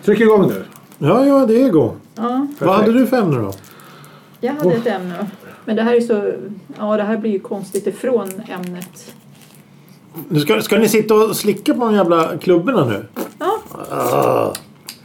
Tryck igång nu. Ja, det är igång. Ja. Vad hade du för ämne då? Jag hade ett ämne. Men det här är så... Ja, det här blir ju konstigt ifrån ämnet. Nu ska ni sitta och slicka på de jävla klubborna nu? Ja.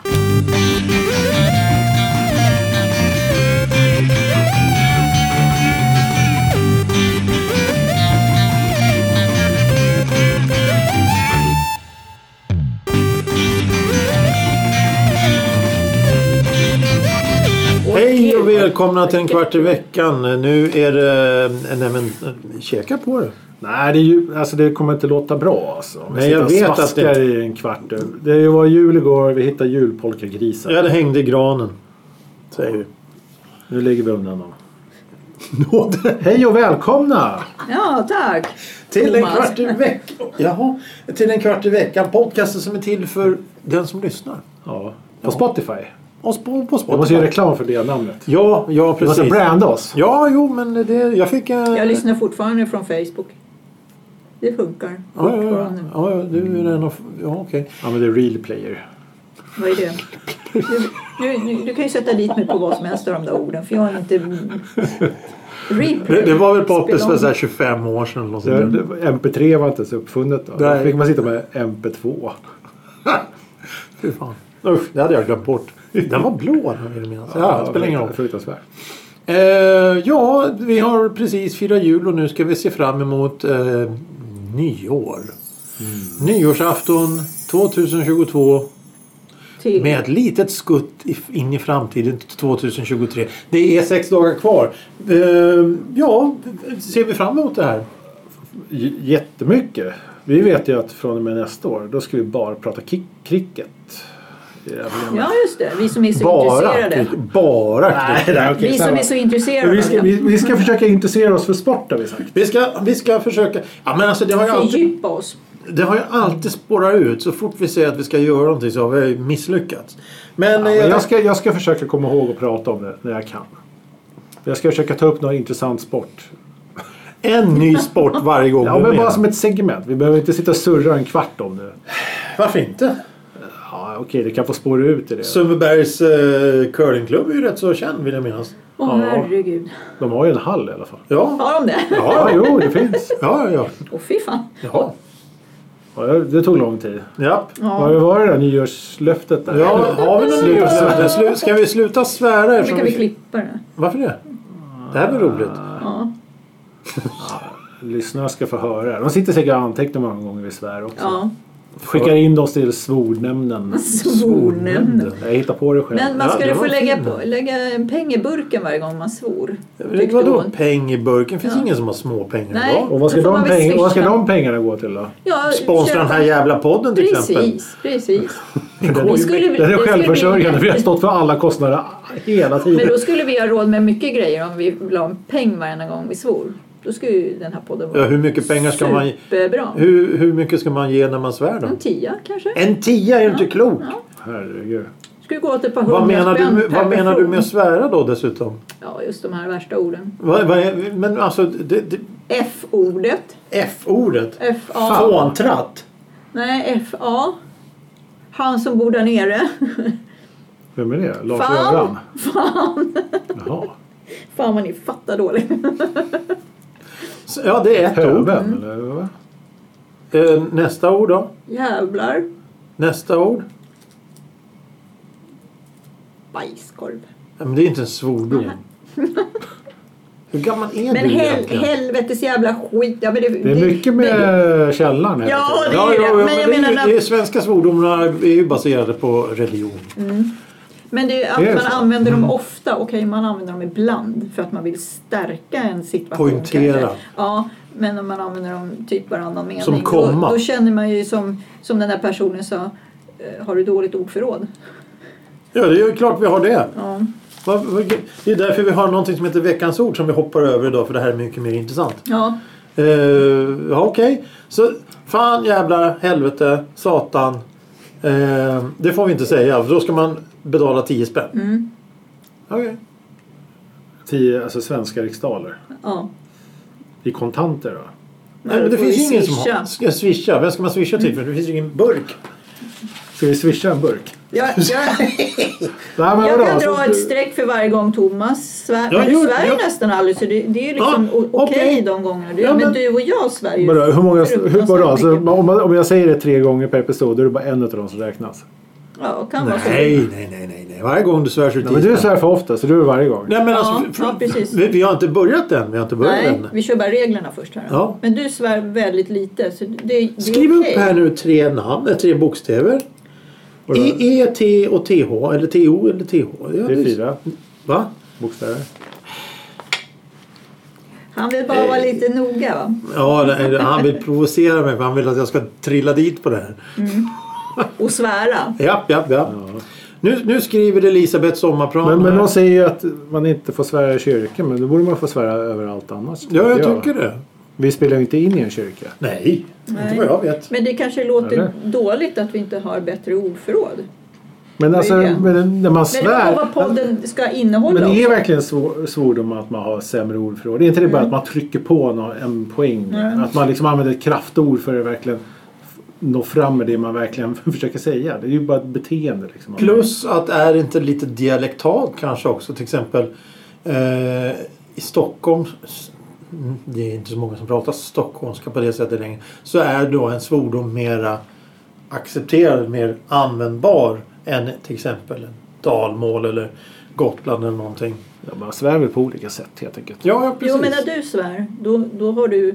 Hej och välkomna till en kvart i veckan. Nu är det... käka på det. Nej, det, är ju, alltså det kommer inte låta bra alltså. Nej, jag vet att det i en kvart. Det var jul igår, vi hittade julpolkagrisar. Ja, det hängde i granen. Säger vi. Nu lägger vi undan dem. Hej och välkomna! Ja, tack. Till en kvart i veckan. Jaha. Till en kvart i veckan. Podcasten som är till för den som lyssnar. Ja, på Spotify. Och på Spotify. Jag måste göra reklam för det namnet. Ja, precis. Du måste branda oss. Ja, jo, men det... Jag fick... Jag lyssnar fortfarande från Facebook. Det funkar. Ja, du är den av... Ja, okej. Ja, men det är Real Player. Vad är det? Du kan ju sätta dit mig på vad som helst av de där orden. För jag är inte... Det var väl poppis för så här 25 år sedan. Och MP3 var inte så uppfunnet då. Då fick man sitta med MP2. Fy fan. Usch, det hade jag glömt bort. Den var blå. Ja, det spelar ingen roll. Fruktansvärt. Ja, vi har precis firat jul och nu ska vi se fram emot nyår. Nyårsafton 2022. Med ett litet skutt in i framtiden till 2023. Det är 6 dagar kvar. Ja, ser vi fram emot det här? Jättemycket. Vi vet ju att från och med nästa år då ska vi bara prata cricket. Ja, just det. Vi som är så intresserade. Bara cricket. Vi som är så intresserade. Vi ska försöka intressera oss för sport, har vi sagt. Vi ska försöka... Ja, men alltså det har ju fördjupa oss. Det har ju alltid spårat ut. Så fort vi säger att vi ska göra någonting så har vi misslyckats. Men, jag ska försöka komma ihåg och prata om det när jag kan. Jag ska försöka ta upp någon intressant sport. En ny sport varje gång. Ja, men bara som ett segment. Vi behöver inte sitta och surra en kvart om det. Varför inte? Ja, okej, det kan få spåra ut i det. Sundbybergs curlingklubb är ju rätt så känd, vill jag minnas. Herregud. De har ju en hall i alla fall. Ja. Har de det? Ja, jo, det finns. Ja. Fy fan. Ja. Ja, det tog lång tid. Ja. Vad var det där nyårslöftet där? Ja, har vi något nyårslöfte? Ska vi sluta svära? Hur kan vi klippa det? Varför det? Det här blir roligt. Ja. Lyssnarna ska få höra. De sitter säkert och antecknar många gånger vi svär också. Ja. Skickar in oss till svornämnden. Svornämnden. Jag hittar på det själv. Men man skulle få lägga en peng i burken varje gång man svor. Vadå peng i burken? Finns ingen som har små pengar. Nej. Och vad ska de pengarna gå till då? Ja, sponsra den här jävla podden till exempel. Precis. Den är självförsörjande. Vi har stått för alla kostnader hela tiden. Men då skulle vi ha råd med mycket grejer om vi la en peng varje gång vi svor. Då ska ju den här podden vara hur mycket pengar ska man superbra. Hur mycket ska man ge när man svär då? En 10 kanske. En 10 är inte klok. Ja. Herregud. Ska vi gå åt ett par 100 spänn Vad menar du med att svära då dessutom? Ja, just de här värsta orden. Men alltså... F-ordet. F-ordet? F-A. Fåntratt? Nej, F-A. Han som bor där nere. Vem är det? Lars Fan. Jaha. Fan vad ni fattar dåligt. Ja, det är ett ord. Eller vad? Nästa ord då? Jävlar. Nästa ord? Bajskorv. Ja, men det är inte en svordom. Hur gammal är men du egentligen? Helvetes jävla skit. Ja, men det är mycket med källan. Ja, det är det. Men jag menar... Det svenska svordomarna är ju baserade på religion. Men det är att man använder dem ofta. Okej, man använder dem ibland för att man vill stärka en situation. Poängtera. Kanske. Ja, men om man använder dem typ varannan mening. Som komma. Då känner man ju som den där personen sa. Har du dåligt ordförråd? Ja, det är ju klart vi har det. Ja. Det är därför vi har någonting som heter veckans ord som vi hoppar över idag. För det här är mycket mer intressant. Ja. Okej. Så fan, jävlar, helvete, satan. Det får vi inte säga. För då ska man betala 10 spänn. Okej. 10 alltså svenska riksdaler. Ja. I kontanter då? Nej, men det finns ingen som ska swisha. Vem ska man swisha till? För det finns ju ingen burk. Ska vi swisha en burk? Jag Nej, kan dra ett streck för varje gång Thomas svär. Men du svär nästan aldrig, så det är ju liksom okej de gångerna. Men du och jag svär ju. Om jag säger det 3 gånger per episod, då är det bara en av dem som räknas. Ja, kan vara så. Nej. Varje gång du svär så men du svär för ofta, så du är varje gång. Nej, men alltså, precis. Vi har inte börjat än. Vi kör bara reglerna först här. Ja. Men du svär väldigt lite. Så det skriv upp här nu 3 namn, 3 bokstäver. E, T och TH. Eller TO eller TH. Det är 4. Va? Bokstäver. Han vill bara vara lite noga, va? Ja, han vill provocera mig. För han vill att jag ska trilla dit på det här. Och svära. Ja. Nu skriver Elisabeth Sommarplan. Men de säger ju att man inte får svära i kyrkan. Men då borde man få svära överallt annars. Ja, jag tycker det. Vi spelar ju inte in i en kyrka. Nej, inte vad jag vet. Men det kanske låter dåligt att vi inte har bättre ordförråd. Men alltså, när man svär... Men vad podden ska innehålla. Men det är verkligen svordom att man har sämre ordförråd. Det är inte det bara att man trycker på en poäng. Att man liksom använder ett kraftord för att verkligen nå fram med det man verkligen försöker säga. Det är ju bara ett beteende. Liksom. Plus att är det inte lite dialektalt kanske också. Till exempel i Stockholm... Det är inte så många som pratar stockholmska på det sättet längre. Så är då en svordom mera accepterad, mer användbar än till exempel dalmål eller Gotland eller någonting. Ja, man svär väl på olika sätt helt enkelt. Ja, precis. Jo, men när du svär, då har du...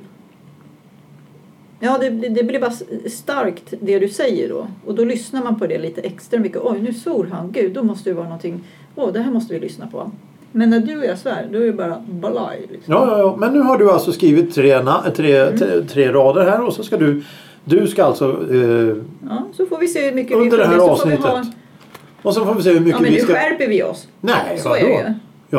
Ja, det blir bara starkt det du säger då. Och då lyssnar man på det lite extra mycket. Oj, nu svor han. Gud, då måste det vara någonting... det här måste vi lyssna på. Men när du och jag svär, då är det bara balaj. Liksom. Ja. Men nu har du alltså skrivit 3 rader här och så ska du ska alltså... ja, så får vi se hur mycket under det här avsnittet. Och så får vi se hur mycket men vi ska... nu skärper vi oss. Nej, så är det ju.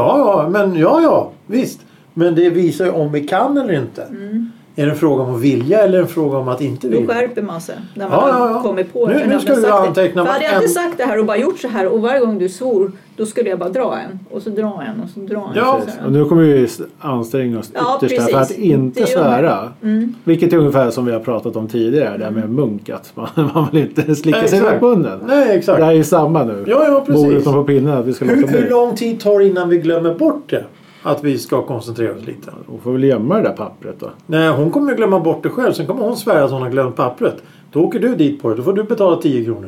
Ja, visst. Men det visar ju om vi kan eller inte. Är det en fråga om att vilja eller en fråga om att inte vilja? Då skärper man sig. När man kommer på det. Nu ska du anteckna. För hade jag inte sagt det här och bara gjort så här och varje gång du svor, då skulle jag bara dra en. Och så dra en och så dra en. Ja. Och nu kommer vi anstränga oss ytterst för att inte svära. Vilket är ungefär som vi har pratat om tidigare. Det här med munk. Att man vill inte slicka sig i munnen. Nej, exakt. Det här är ju samma nu. Ja, precis. Bordet på pinnen. Att vi ska hur lång tid tar det innan vi glömmer bort det? Att vi ska koncentrera oss lite. Hon får väl gömma det där pappret då. Nej, hon kommer ju glömma bort det själv. Sen kommer hon svära att hon har glömt pappret. Då åker du dit på det. Då får du betala 10 kronor.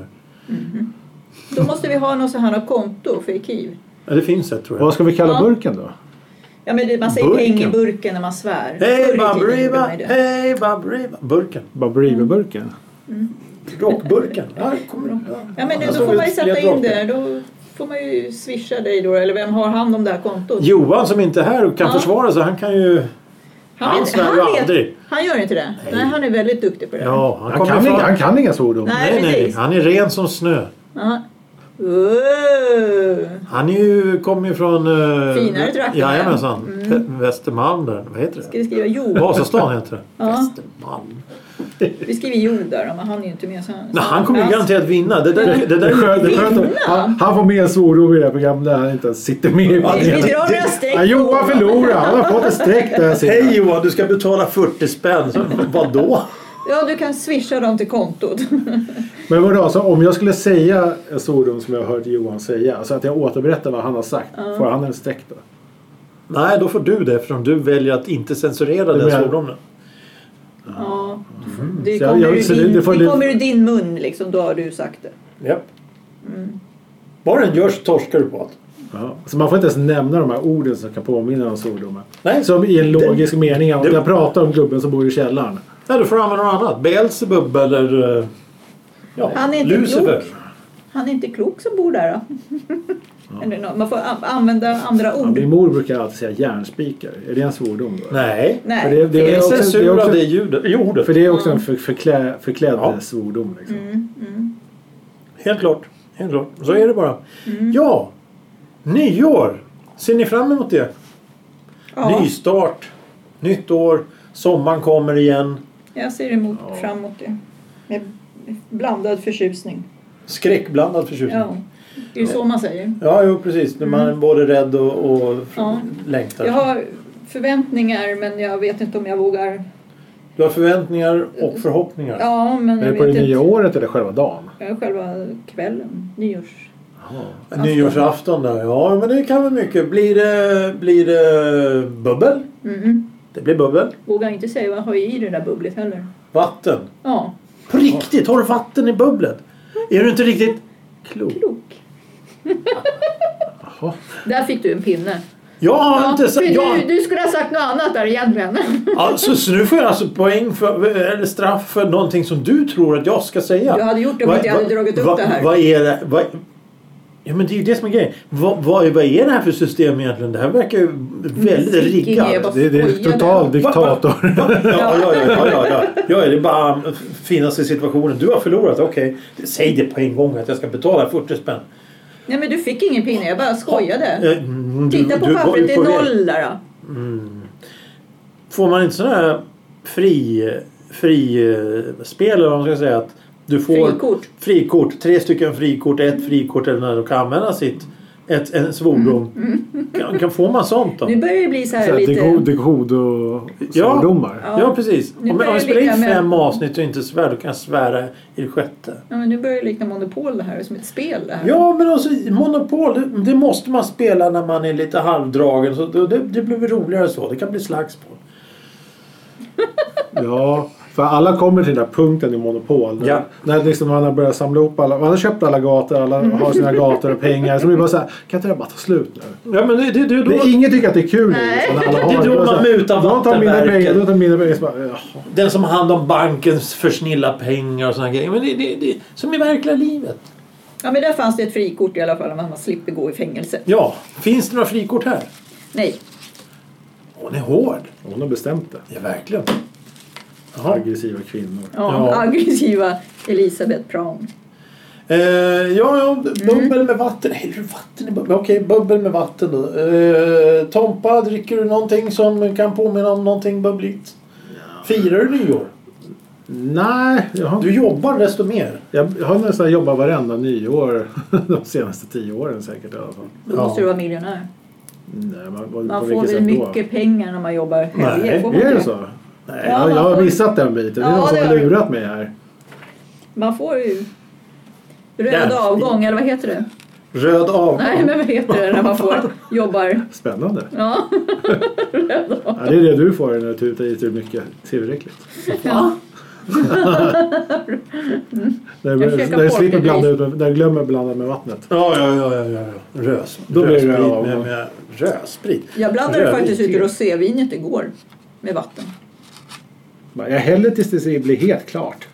Då måste vi ha något så här konto för arkiv. Ja, det finns ett tror jag. Vad ska vi kalla burken då? Ja, men man säger pengeburken när man svär. Hej Baberiba, hej Baberiba. Burken. Baberiba-burken. Rockburken. Ja, men då får man ju sätta in det. Då får man ju swisha dig då. Eller vem har hand om det här kontot? Johan som inte är här och kan försvara sig. Han kan ju... Han svär ju aldrig. Han gör inte det. Nej, han är väldigt duktig på det. Ja, han kan inga svordom. Nej. Han är ren som snö. Han kommer ju från... finare trakter. Jajamensan. Västermalm där. Vad heter det? Ska vi skriva jord? Vasastan heter det. Ja. Västermalm. Vi skriver jord där, men han är ju inte med. Nej, han kommer ju garanterat vinna. Det där han får med svordom i det här programmet där han inte sitter med. Vi drar några streck. Johan förlorar. Han har fått ett streck där. Hej Johan, du ska betala 40 spänn. Vadå? Ja, du kan swisha dem till kontot. Men vadå, alltså, om jag skulle säga en svordom som jag har hört Johan säga, alltså att jag återberättar vad han har sagt, får han en streck då? Nej, då får du det eftersom du väljer att inte censurera den svordomen. Ja, det kommer ur din mun liksom, då har du sagt det. Japp. Vad den gör så torskar du på allt. Ja. Så man får inte ens nämna de här orden som kan påminna om svordomar. Nej. Som i en logisk mening. Om jag pratar om gubben som bor i källaren. Nej, du får använda något annat. Beelzebub eller han är inte Lucifer. Klok. Han är inte klok som bor där då. Eller man får använda andra ord. Min mor brukar alltid säga järnspikar. Är det en svordom då? Nej. För det är censur av det ljudet. För det är också en förklädd svordom. Liksom. Helt klart. Så är det bara. Ja. Nyår. Ser ni fram emot det? Ja. Nystart. Nytt år. Sommaren kommer igen. Jag ser fram emot det. Med blandad förtjusning. Skräckblandad förtjusning. Ja. Det är ju så man säger. Ja, jo, precis. Man är både rädd och längtar. Jag har förväntningar, men jag vet inte om jag vågar Du har förväntningar och förhoppningar. Ja, men är det på det nya året eller själva dagen? Själva kvällen, Nyårsafton där. Ja, men det kan vara mycket. Blir det bubbel? Det blir bubbel. Vågar inte säga vad jag har i det där bubblet heller. Vatten? Ja. På riktigt? Har du vatten i bubblet? Är du inte riktigt klok? Där fick du en pinne. Jag har inte sagt... Du skulle ha sagt något annat där egentligen. Så nu får jag alltså poäng eller straff för någonting som du tror att jag ska säga. Du hade gjort det om jag hade dragit upp det här. Vad är det? Ja, men det är ju det som är grejen. Vad är det här för system egentligen? Det här verkar ju väldigt riggat. Det är total diktator. Ja, det är bara finaste situationen. Du har förlorat, okej. Säg det på en gång att jag ska betala 40 spänn. Nej, men du fick ingen pinne, jag bara skojade. Titta på pappret, det är 0 där då. Får man inte sån här fri spel eller vad man ska säga att du får frikort, 3 stycken frikort, 1 frikort eller när du kan använda en svordom. Får man sånt då? Nu börjar det bli så här lite... Dekod och svordomar. Ja, precis. Om vi spelar in 5 avsnitt och inte svär, då kan jag svära i det 6:e. Ja, men nu börjar det likna Monopol det här, som ett spel det här. Ja, men alltså Monopol, det måste man spela när man är lite halvdragen. Så det blir roligare så. Det kan bli slagsmål. Ja, för alla kommer till den där punkten i Monopol. När liksom man har börjat samla ihop alla. Man har köpt alla gator, alla har sina gator och pengar. Så blir det bara så här, kan inte det bara ta slut nu? Ja, men det ingen tycker att det är kul. Det är då man mutar vattenverket. De mina pengar. Den som har hand om bankens försnilla pengar och såna grejer. Men det är som i verkliga livet. Ja, men där fanns det ett frikort i alla fall. Man slipper gå i fängelse. Ja, finns det några frikort här? Nej. Hon är hård. Hon har bestämt det. Ja, verkligen. Aggressiva kvinnor. Ja, aggressiva Elisabeth Praun. Bubbel med vatten. Okej, bubbel med vatten då. Tompa, dricker du någonting som kan påminna om någonting bubbligt? Firar du nyår? Nej. Du jobbar desto mer. Jag har nästan jobbat varenda nyår de senaste 10 åren säkert i alla fall. Då måste du vara miljonär. Nej, man får väl mycket pengar när man jobbar helger. Nej, är det så? Nej, jag har missat den biten. Det är någon som har lurat mig här. Man får ju röd avgång, eller vad heter det? Röd avgång? Nej, men vad heter det när man får jobbar? Spännande. Ja. Röd avgång. Ja, det är det du får när du tutar i dig mycket tillräckligt. Ja. När du slipper blanda ut, när du glömmer blanda med vattnet. Ja. Då blir det med rödsprit. Jag blandade faktiskt ut rosévinet igår med vatten. Jag häller tills det blir helt klart.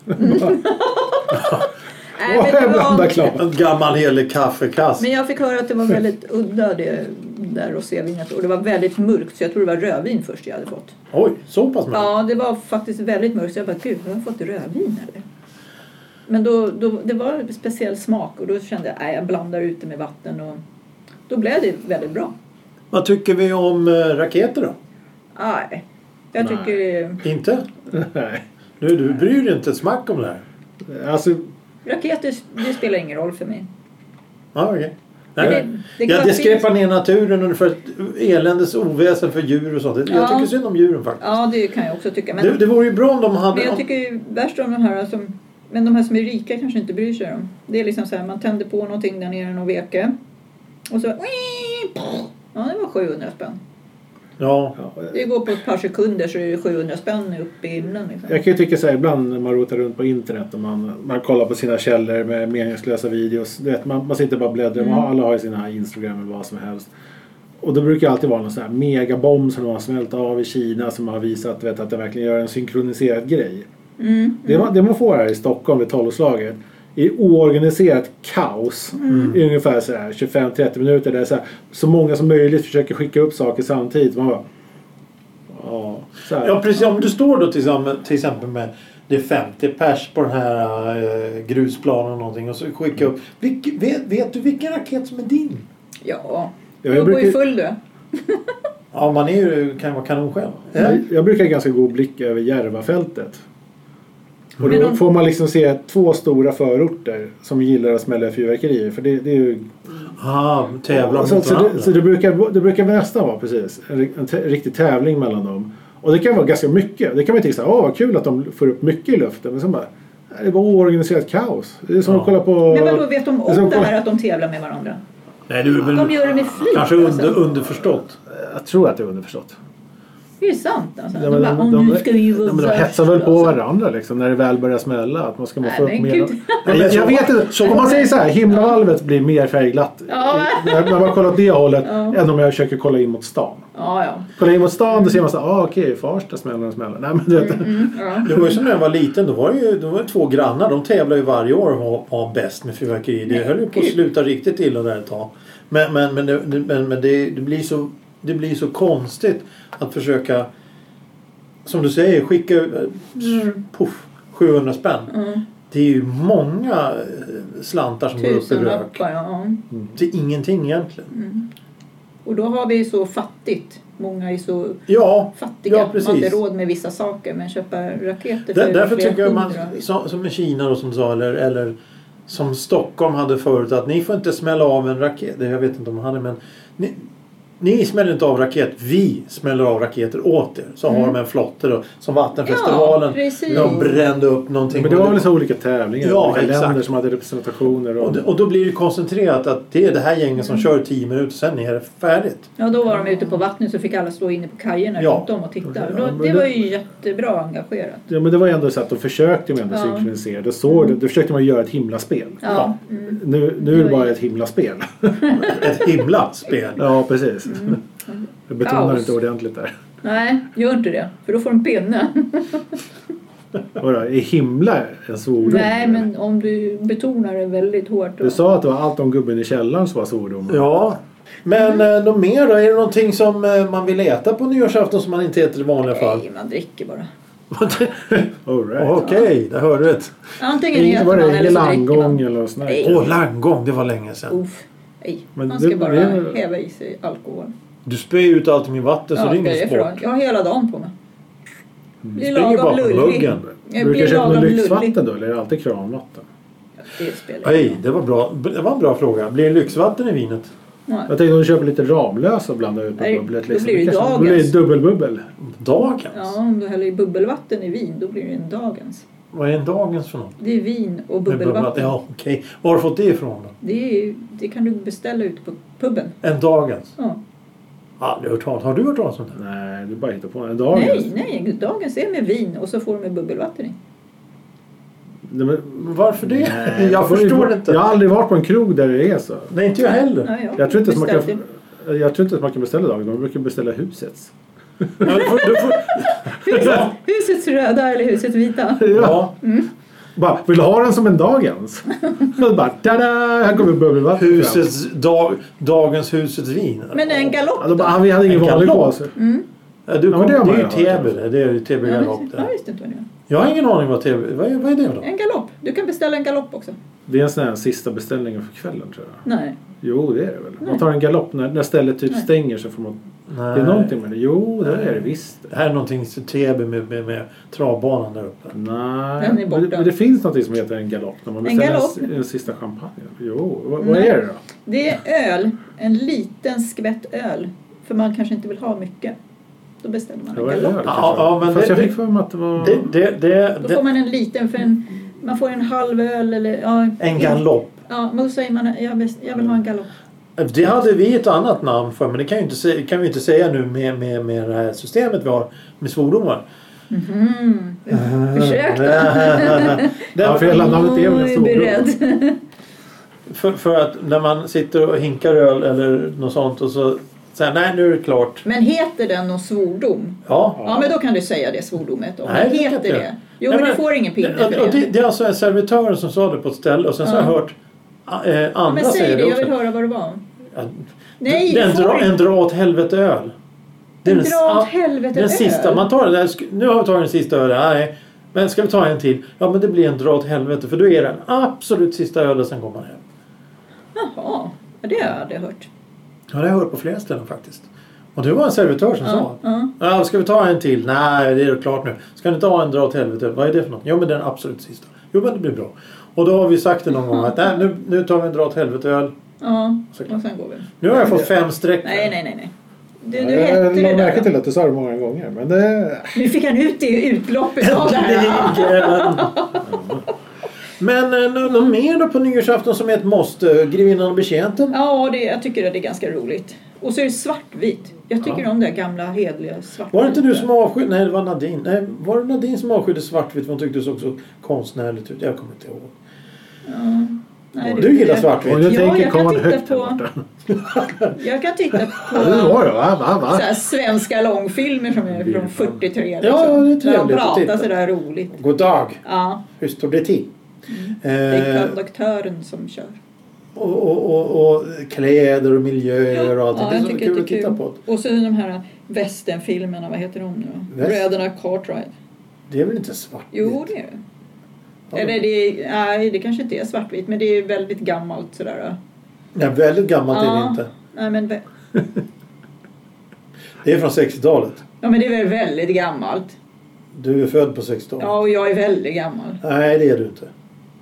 En gammal helig kaffekass. Men jag fick höra att det var väldigt udda det där rosévinet. Och det var väldigt mörkt, så jag tror det var rödvin först jag hade fått. Oj, så pass mörkt? Ja, det var faktiskt väldigt mörkt. Så jag bara, gud, har jag fått rödvin eller? Men då det var en speciell smak. Och då kände jag, jag blandar ut det med vatten. Och då blev det väldigt bra. Vad tycker vi om raketer då? Nej, jag tycker... Inte? Nej. Du bryr dig inte ett smack om det här? Alltså... Raketer, det spelar ingen roll för mig. Ja, okej. Det skräpar ner naturen och för eländes oväsen för djur och sånt. Jag tycker synd om djuren faktiskt. Ja, det kan jag också tycka. Men det vore ju bra om de hade... Men jag tycker ju värst om de här som... Men de här som är rika kanske inte bryr sig om. Det är liksom så här, man tänder på någonting där nere någon vecka. Och så... Ja, det var 700 spänn. Ja. Det går på ett par sekunder så är det 700 spänn upp i himlen. Liksom. Jag kan ju tycka så här, ibland när man rotar runt på internet och man kollar på sina källor med meningslösa videos. Du vet, man sitter bara och bläddrar. Alla har ju sina Instagram och vad som helst. Och då brukar det alltid vara någon sån här megabomb som de har smält av i Kina som har visat att det verkligen gör en synkroniserad grej. Det man får här i Stockholm vid 12-slaget i oorganiserat kaos i ungefär så här 25-30 minuter där så många som möjligt försöker skicka upp saker samtidigt. Man bara, ja, precis. Om du står då till exempel med det är 50 pers på den här grusplanen och någonting och så skicka upp. Vet du vilken raket som är din? Ja, jag går ju full då. Ja, man kan vara kanon själv. Jag brukar ha ganska god blick över Järvafältet. Och då får man liksom se 2 stora förorter som gillar att smälla fyrverkerier. För det är ju... tävlar så det brukar nästan vara precis en riktig tävling mellan dem. Och det kan vara ganska mycket. Det kan man tänka vad kul att de får upp mycket i luften. Men sen bara, det var oorganiserat kaos. Det är som att kolla på... Men vadå, vet de om det här att de tävlar med varandra? Nej, det är väl de gör det med flit. Kanske underförstått. Jag tror att det är underförstått. Det är sant alltså. De hetsar väl på varandra liksom, när det väl börjar smälla. Att man ska få upp mer... Jag vet inte. Om man säger så här, himlavalvet blir mer färgglatt. När man kollar åt det hållet än om jag försöker kolla in mot stan. Kolla in mot stan, då ser man så här, okej, Farsta smäller. Nej, men det var ju som när jag var liten, då var det 2 grannar. De tävlar ju varje år och var bäst med fyrverkeri. Det höll ju på att sluta riktigt illa där ett tag. Men det blir så konstigt att försöka, som du säger, skicka 700 spänn. Det är ju många slantar som går upp i rök. Det är ingenting egentligen. Och då har vi så fattigt. Många är så fattiga. Ja, precis. Man har inte råd med vissa saker, men köpa raketer för därför tycker jag man, som i Kina och som du sa, eller som Stockholm hade förut, att ni får inte smälla av en raket. Jag vet inte om man hade, men ni smäller inte av raket, vi smäller av raketer åt er. Så har de en flotte då, som Vattenfestivalen. De brände upp någonting. Men det var väl så olika tävlingar, olika länder som hade representationer. Och då blir det koncentrerat att det är det här gänget som kör 10 minuter, sen är det färdigt. Ja, då var de ute på vattnet, så fick alla stå inne på kajerna runt om och titta. Det var ju jättebra engagerat. Ja, men det var ändå så att de försökte med att synkronisera. Då försökte man göra ett himlaspel. Nu är det bara ett himlaspel. Ett himlaspel? Ja, precis. Jag betonar inte ordentligt där. Nej, gör inte det. För då får de pinne. Vadå, är himla en svordom? Nej, men om du betonar det väldigt hårt. Du sa att det var allt om gubben i källaren som var svordom. Ja. Men något mer då? Är det någonting som man vill äta på nyårsafton som man inte äter i vanliga fall? Nej, man dricker bara. Okej, där hör du det. Antingen äter man eller så dricker man. Eller sånt. Langgång, det var länge sedan. Nej, man ska bara häva i sig alkohol. Du spär ut allt i min vatten så det är ingen sport. Jag har hela dagen på mig. Blir lagom lullig. Brukar du köpa lyxvatten då? Eller är det alltid kranvatten? Det var bra. Det var en bra fråga. Blir det lyxvatten i vinet? Nej. Jag tänkte att du köper lite Ramlös och blandar ut med bubblet. Då blir det dagens. Då blir det dubbelbubbel. Dagens? Ja, om du häller i bubbelvatten i vin, då blir det en dagens. Vad är en dagens för något? Det är vin och bubbelvatten. Ja, okej. Var har du fått det ifrån då? Det kan du beställa ut på puben. En dagens? Ja. Har du hört talas om det? Nej, du bara hittar på en dagens. Nej, dagens är med vin och så får du med bubbelvatten i. Varför det? Nej, jag förstår inte. Jag har aldrig varit på en krog där det är så. Nej, inte jag heller. Nej, jag tror inte att man kan beställa dagen. Man brukar beställa husets. Husets röda eller husets vita? Ja. Bara, vill du ha den som en dagens? Bara, tada, här kommer bubbelvatten. Dagens husets vin. Men en galopp då? Vi hade ingen vanlig på oss. Det är ju Täby. Det är ju Täby galopp. Jag visste inte vad det är. Jag har ingen aning vad Täby. Vad är det då? En galopp. Du kan beställa en galopp också. Det är en sån här sista beställningen för kvällen, tror jag. Nej. Jo, det är det väl. Man tar en galopp när stället typ stänger, så får man... Nej. Det är någonting med det. Jo, det är det visst. Det här är någonting till Täby med travbanan där uppe. Nej, men det finns någonting som heter en galopp. När man beställer en sista champagne. Jo, vad är det då? Det är öl. En liten skvätt öl. För man kanske inte vill ha mycket. Då beställer man en galopp. Men fast jag fick för mig att det var... Då får man en liten, man får en halv öl eller... en galopp. Ja, men då säger man jag vill ha en galopp. Det hade vi ett annat namn för, men det kan vi inte säga nu med det här systemet vi har med svordomar. Försökte. För hela namnet är väl en svordom. Beredd. För att när man sitter och hinkar öl eller något sånt och så säger nej, nu är det klart. Men heter den någon svordom? Ja, men då kan du säga det svordomet. Nej, men heter det? Jo, men du får ingen pinne för det. Det är alltså en servitör som sa det på ett ställe och sen så har jag hört andra säga det också. Jag vill höra vad det var. Nej, en dra åt helvete öl. En dra åt helvete den öl? Sista, man tar det, nu har vi tagit den sista ölen. Nej, men ska vi ta en till? Ja, men det blir en dra åt helvete. För då är det den absolut sista ölen, sen går man hem. Jaha, det har jag aldrig hört. Ja, det har jag hört på flera ställen faktiskt. Och det var en servitör som sa. Ja, ska vi ta en till? Nej, det är klart nu. Ska ni ta en dra åt helvete? Vad är det för något? Jo, men den absolut sista. Jo, men det blir bra. Och då har vi sagt det någon gång att nej, nu tar vi en dra åt helvete öl. Ja, och sen går vi. Nu har jag fått 5 streck. Nej. Du hette jag det la märke där. till att du sa det många gånger. Men det... Nu fick han ut det utloppet av det här. Men något mer då på nyårsafton som är ett måste? Grevinnan och betjänten? Ja, jag tycker att det är ganska roligt. Och så är det svartvit. Jag tycker om det gamla hedliga svartvita. Var det inte du som avskydde? Nej, det var Nadine. Nej, var det Nadine som avskydde svartvitt? Hon tyckte det såg så konstnärligt ut. Jag kommer inte ihåg. Ja. Nej, Du gillar svartvitt? Och jag tänker jag kan Karl titta högt på... här borta. Jag kan titta på Va? så här svenska långfilmer som är från 43. Liksom, Ja, det är där de trevligt att titta. pratar sådär roligt. God dag. Ja, Hur står det till? det är konduktören som kör. Och kläder och miljöer och allt. Ja, det är jag så tycker kul det att är titta kul. på. Och så de här westernfilmerna, vad heter de nu då? Bröderna Cartwright. Det är väl inte svartvitt? Jo, det är det. Ja. Eller nej, det kanske inte är svartvitt, men det är väldigt gammalt sådär. Nej, väldigt gammalt är det inte. Nej, men Det är från 60-talet. ja, men det är väl väldigt gammalt. Du är född på 60-talet. Ja, och jag är väldigt gammal. Nej, det är du inte.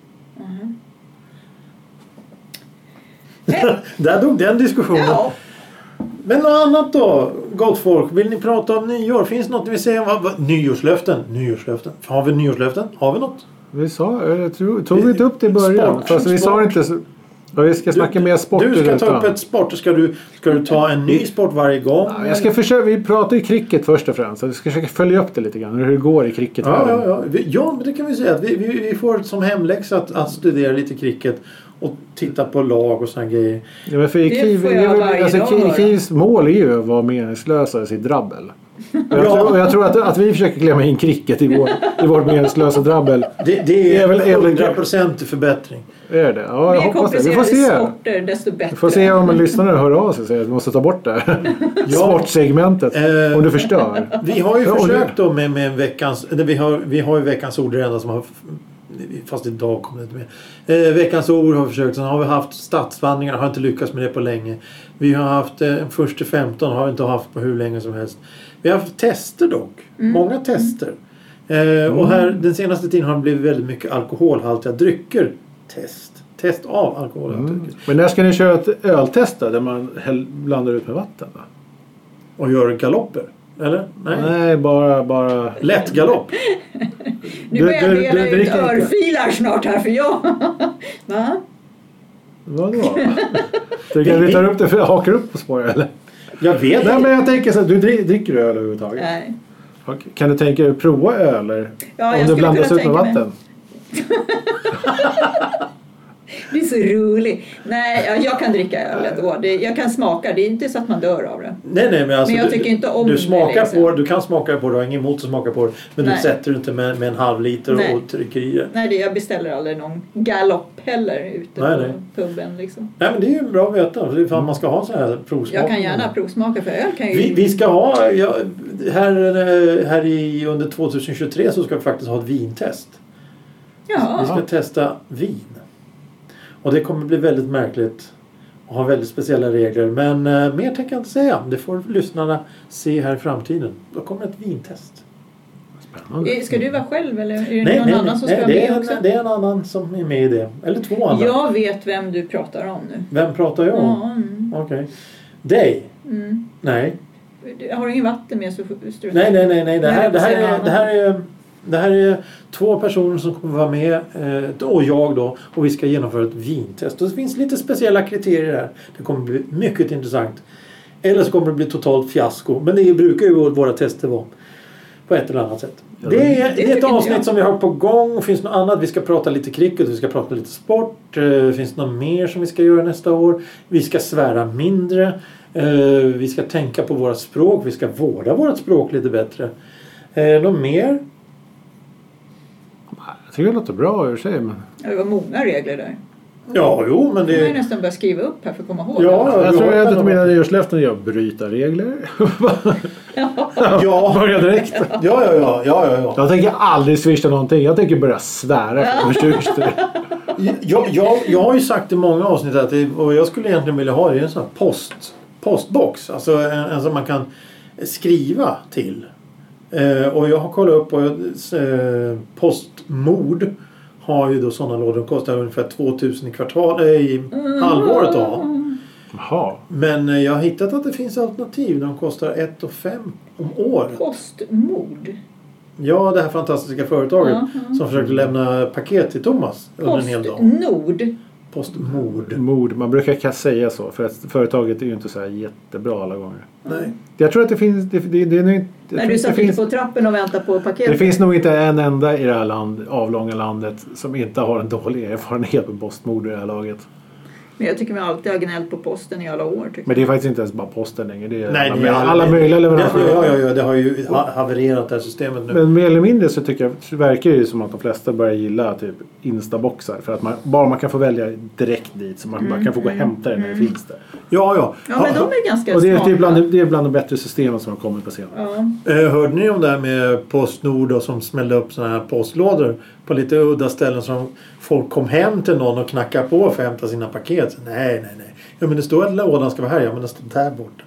Där dog den diskussionen. Ja. Men något annat då, gott folk. Vill ni prata om nyår? Finns det något vi säger? Nyårslöften. Har vi nyårslöften? Har vi något? Vi sa, tog vi inte upp det i början? Sport. Fast vi sa inte så. Ja, vi ska snacka mer sport. Du ska ta upp ett sport. Ska du ta en ny sport varje gång? Ja, jag ska försöka, vi pratar ju cricket först och främst. Så vi ska försöka följa upp det lite grann. Hur det går i cricket. Ja, men det kan vi säga. Att vi får som hemläxa att studera lite cricket. Och titta på lag och sådana grejer. Ja, men för Kivs mål är ju att vara meningslösa i sitt drabbel. Jag tror att vi försöker klämma in cricket i vårt meningslösa drabbel. Det är väl 100% förbättring. Är det? Ja, jag hoppas det. Vi får se. Sporter, desto bättre. Vi får se om en lyssnare hör av sig och säger att vi måste ta bort det. Sportsegmentet. Om du förstör. Vi har ju försökt då med veckans... Vi har ju veckans ord redan som har... Fast idag kommer det inte med. Veckans ord har vi försökt. Sen har vi haft stadsvandringar. Har inte lyckats med det på länge. Vi har haft först till 15. Har vi inte haft på hur länge som helst. Vi har haft tester dock. Många tester. Och här den senaste tiden har det blivit väldigt mycket alkoholhaltiga drycker. Test av alkoholhaltiga drycker. Men när ska ni köra ett öltest där man blandar ut med vatten? Va? Och gör galopper? Eller? Nej, bara... Lätt galopp. Nu börjar jag dela ut örfilar snart här för jag... Va? Vadå? Vi tar upp det för jag hakar upp på spåret eller? Jag vet. Nej, men jag tänker så här, du dricker öl överhuvudtaget? Nej. Kan du tänka dig att prova öl eller? Ja, om det blandas ut med vatten? Det är så roligt. Nej, jag kan dricka öl då. Jag kan smaka. Det är inte så att man dör av det. Nej, men alltså, jag tycker inte om du smakar det. Liksom. På, du kan smaka på det, du har ingen emot att smaka på det. Men Nej. du sätter inte med en halv liter och trycker i det. Nej, jag beställer aldrig någon galopp heller ute på puben. Liksom. Nej, men det är ju bra att veta. Det är fan man ska ha så här provsmak. Jag kan gärna provsmaka för öl. Kan ju... Vi ska ha, här under 2023 så ska vi faktiskt ha ett vintest. Ja. Vi ska testa vin. Och det kommer bli väldigt märkligt och ha väldigt speciella regler. Men mer tänker jag inte säga. Det får lyssnarna se här i framtiden. Då kommer ett vintest. Spännande. Ska du vara själv eller är det någon annan som ska vara med också? Det är en annan som är med i det. Eller två andra. Jag vet vem du pratar om nu. Vem pratar jag om? Ja, Okej. Dig? Nej. Har du ingen vatten med så strutar. Nej. Det här är två personer som kommer vara med och jag då och vi ska genomföra ett vintest. Och det finns lite speciella kriterier här. Det kommer bli mycket intressant. Eller så kommer det bli totalt fiasko. Men det brukar ju våra tester vara på ett eller annat sätt. Det är ett avsnitt som vi har på gång. Finns något annat? Vi ska prata lite cricket, vi ska prata lite sport. Finns något mer som vi ska göra nästa år? Vi ska svära mindre. Vi ska tänka på våra språk. Vi ska vårda vårt språk lite bättre. Något mer? Jag tycker det låter bra i sig. Men... Det var många regler där. Ja, jo, men det... Jag har nästan börjat skriva upp här för att komma ihåg. Ja, jag tror att mina nyårslöften är att bryta regler. Ja. Börja direkt. Ja. Jag tänker aldrig swisha någonting. Jag tänker börja svära. Jag har ju sagt i många avsnitt att och jag skulle egentligen vilja ha det i en sån här postbox. Alltså en som man kan skriva till. Och jag har kollat upp och Postmord har ju då sådana lådor. De kostar ungefär 2000 i halvåret att ha. Jaha. Men jag har hittat att det finns alternativ. De kostar 1 500 om året. Postmord. Ja, det här fantastiska företaget som försökte lämna paket till Thomas under en hel dag. Postnord. Mord. Man brukar säga så. För att företaget är ju inte så här jättebra alla gånger. Nej. Jag tror att det finns... Det är nog inte, när du satt inte på trappen och väntade på paketet. Det finns nog inte en enda i det här avlånga landet som inte har en dålig erfarenhet på postmord i det här laget. Men jag tycker man alltid har gnällt på posten i alla år. Men det är faktiskt inte ens bara posten längre. Det är Nej, alla möjliga leverantörer. Ja, det har ju havererat det här systemet nu. Men mer eller mindre så tycker jag, verkar det ju som att de flesta börjar gilla typ instaboxar. För att man kan få välja direkt dit. Så man bara kan få gå och hämta det när det finns där. Ja, men de är ganska och det smarta. är bland de bättre systemen som har kommit på senare. Ja. Hörde ni om det här med Postnord och som smällde upp såna här postlådor på lite udda ställen som folk kom hem till någon och knackade på för att hämta sina paket? Nej. Ja, men det står att lådan ska vara här. Ja, men den står där borta.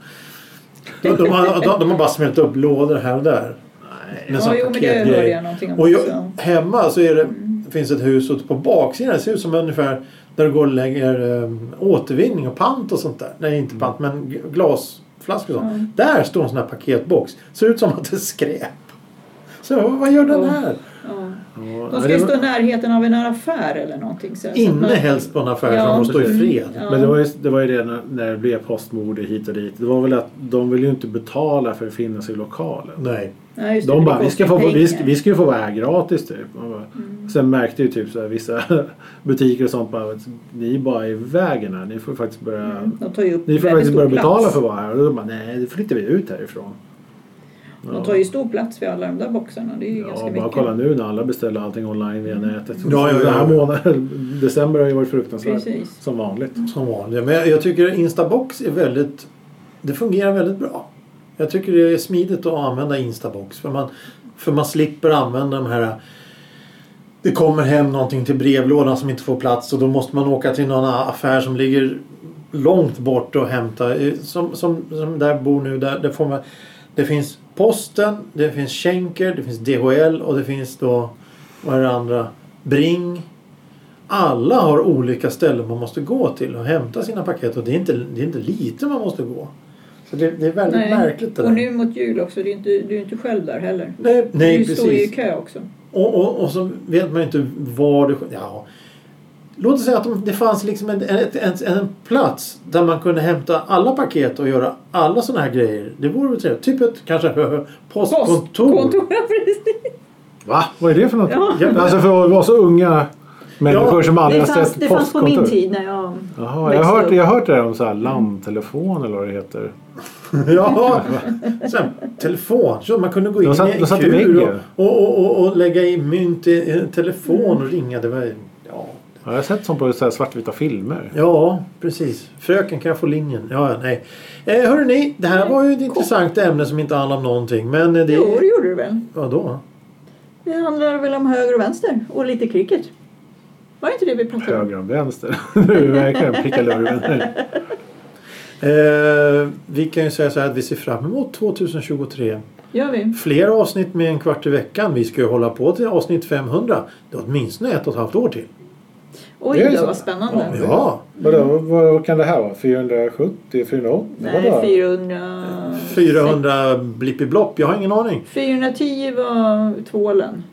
De har bara smält upp lådor här och där. Men det hörde jag någonting om också. Hemma så är det finns ett hus ute på baksidan. Det ser ut som ungefär där det går och lägger återvinning och pant och sånt där. Nej, inte pant, men glasflaskor och sånt. Där står en sån här paketbox. Ser ut som att det är skräp. Så vad gör den här? De ska ju stå i närheten av en affär eller någonting. Så helst på en affär som måste stå i fred. Ja. Men det var ju det när det blev postmord hit och dit. Det var väl att de vill ju inte betala för att finnas i lokalen. Nej. Ja, just de bara, vi ska ju få vara här gratis typ. Sen märkte ju typ så här, vissa butiker och sånt bara att ni är bara i vägen här. Ni får faktiskt börja, börja betala för att vara här. Och då bara, nej, det flyttar vi ut härifrån. De tar ju stor plats för alla de där boxarna. Det är ju ganska mycket. Bara kolla nu när alla beställer allting online via nätet. Ja. Den här månaden, december har ju varit fruktansvärt. Precis. Som vanligt. Men jag tycker Instabox är det fungerar väldigt bra. Jag tycker det är smidigt att använda Instabox. För man slipper använda de här. Det kommer hem någonting till brevlådan som inte får plats. Och då måste man åka till någon affär som ligger långt bort och hämta. Som där bor nu. Där får man... Det finns Posten, det finns Schenker, det finns DHL och det finns då, vad är det andra? Bring. Alla har olika ställen man måste gå till och hämta sina paket och det är inte lite man måste gå. Så det är väldigt märkligt det där. Och nu mot jul också, du är inte själv där heller. Nej, du precis. står ju i kö också. Och så vet man inte var det... Ja. Låt oss säga att det fanns liksom en plats där man kunde hämta alla paket och göra alla såna här grejer. Det vore väl trevligt. Typ ett kanske postkontor. Va? Vad är det för något? Ja. Alltså för att vara så unga människor som aldrig har sett postkontor. Det fanns på min tid när jag jag har hört det om så här landtelefon eller vad det heter. Ja, sen, telefon. Så man kunde gå in i kur och lägga i mynt i en telefon och ringa. Det var... Ja, jag har sett som på så här svartvita filmer. Ja, precis. Fröken, kan jag få linjen? Ja, nej. Hörrni, det här var ju ett intressant ämne som inte handlar om någonting. Men det... Jo, det gjorde du väl? Vadå? Det handlar väl om höger och vänster och lite cricket. Var inte det vi pratade om? Höger och vänster. Nu är det verkligen pickalurven. Vi kan ju säga så här att vi ser fram emot 2023. Gör vi. Fler avsnitt med en kvart i veckan. Vi ska ju hålla på till avsnitt 500. Det är åtminstone 1,5 år till. Oj, det var spännande. Ja. Vad kan det här vara? 470? 480? Nej, 400 blippiblopp. Jag har ingen aning. 410 var tvålen.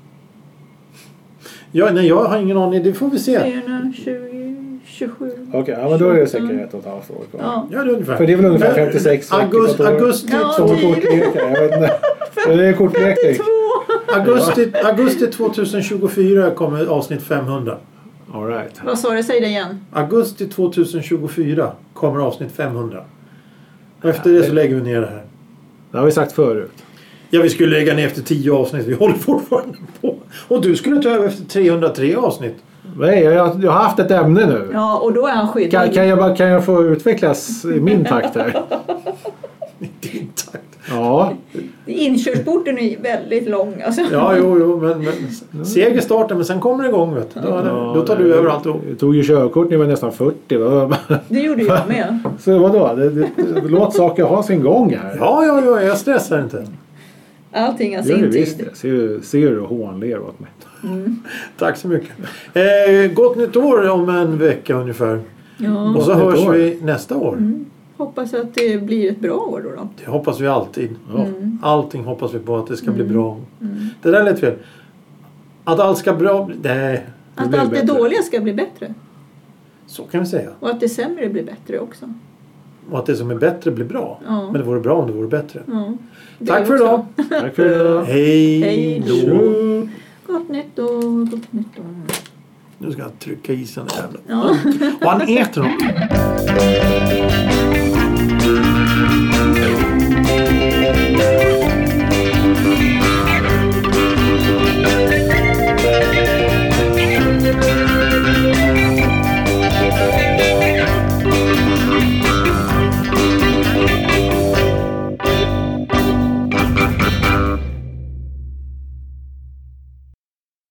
Ja, nej, jag har ingen aning. Det får vi se. 420, 27. Okej, ja, men då är det säkert 1,5 år kvar. Ja, det är ungefär. För det är väl ungefär 56 augusti jag vet inte. Det är kortlek. Augusti 2024 kommer avsnitt 500. All right. Vad sa du? Säg det igen. Augusti 2024 kommer avsnitt 500. Och efter det så lägger vi ner det här. Det har vi sagt förut. Ja, vi skulle lägga ner efter 10 avsnitt. Vi håller fortfarande på. Och du skulle ta över efter 303 avsnitt. Nej, jag har haft ett ämne nu. Ja, och då är han skyddad. Kan jag få utvecklas i min takt här? I din takt? Ja. Inkörsporten är väldigt lång. Alltså. Ja, jo, men seger starten, men sen kommer det igång. Vet du. Då tar du över allt. Jag tog ju körkort när jag var nästan 40. Det gjorde jag med. Så vadå? Låt saker ha sin gång här. Ja, jag stressar inte. Allting har sin tid. Ser du hånler åt mig. Tack så mycket. Gott nytt år om en vecka ungefär. Ja. Och så hörs vi nästa år. Hoppas att det blir ett bra år då. Det hoppas vi alltid. Allting hoppas vi på att det ska bli bra. Det där är lite fel. Att allt ska bra... Nej. Att allt det dåliga ska bli bättre. Så kan vi säga. Och att det sämre blir bättre också. Och att det som är bättre blir bra. Ja. Men det vore bra om det vore bättre. Ja. Tack för idag. Tack för idag. Hej då. Gott nytt år. Gott nytt år. Nu ska jag trycka i sig den jävla. Ja. Och han äter något.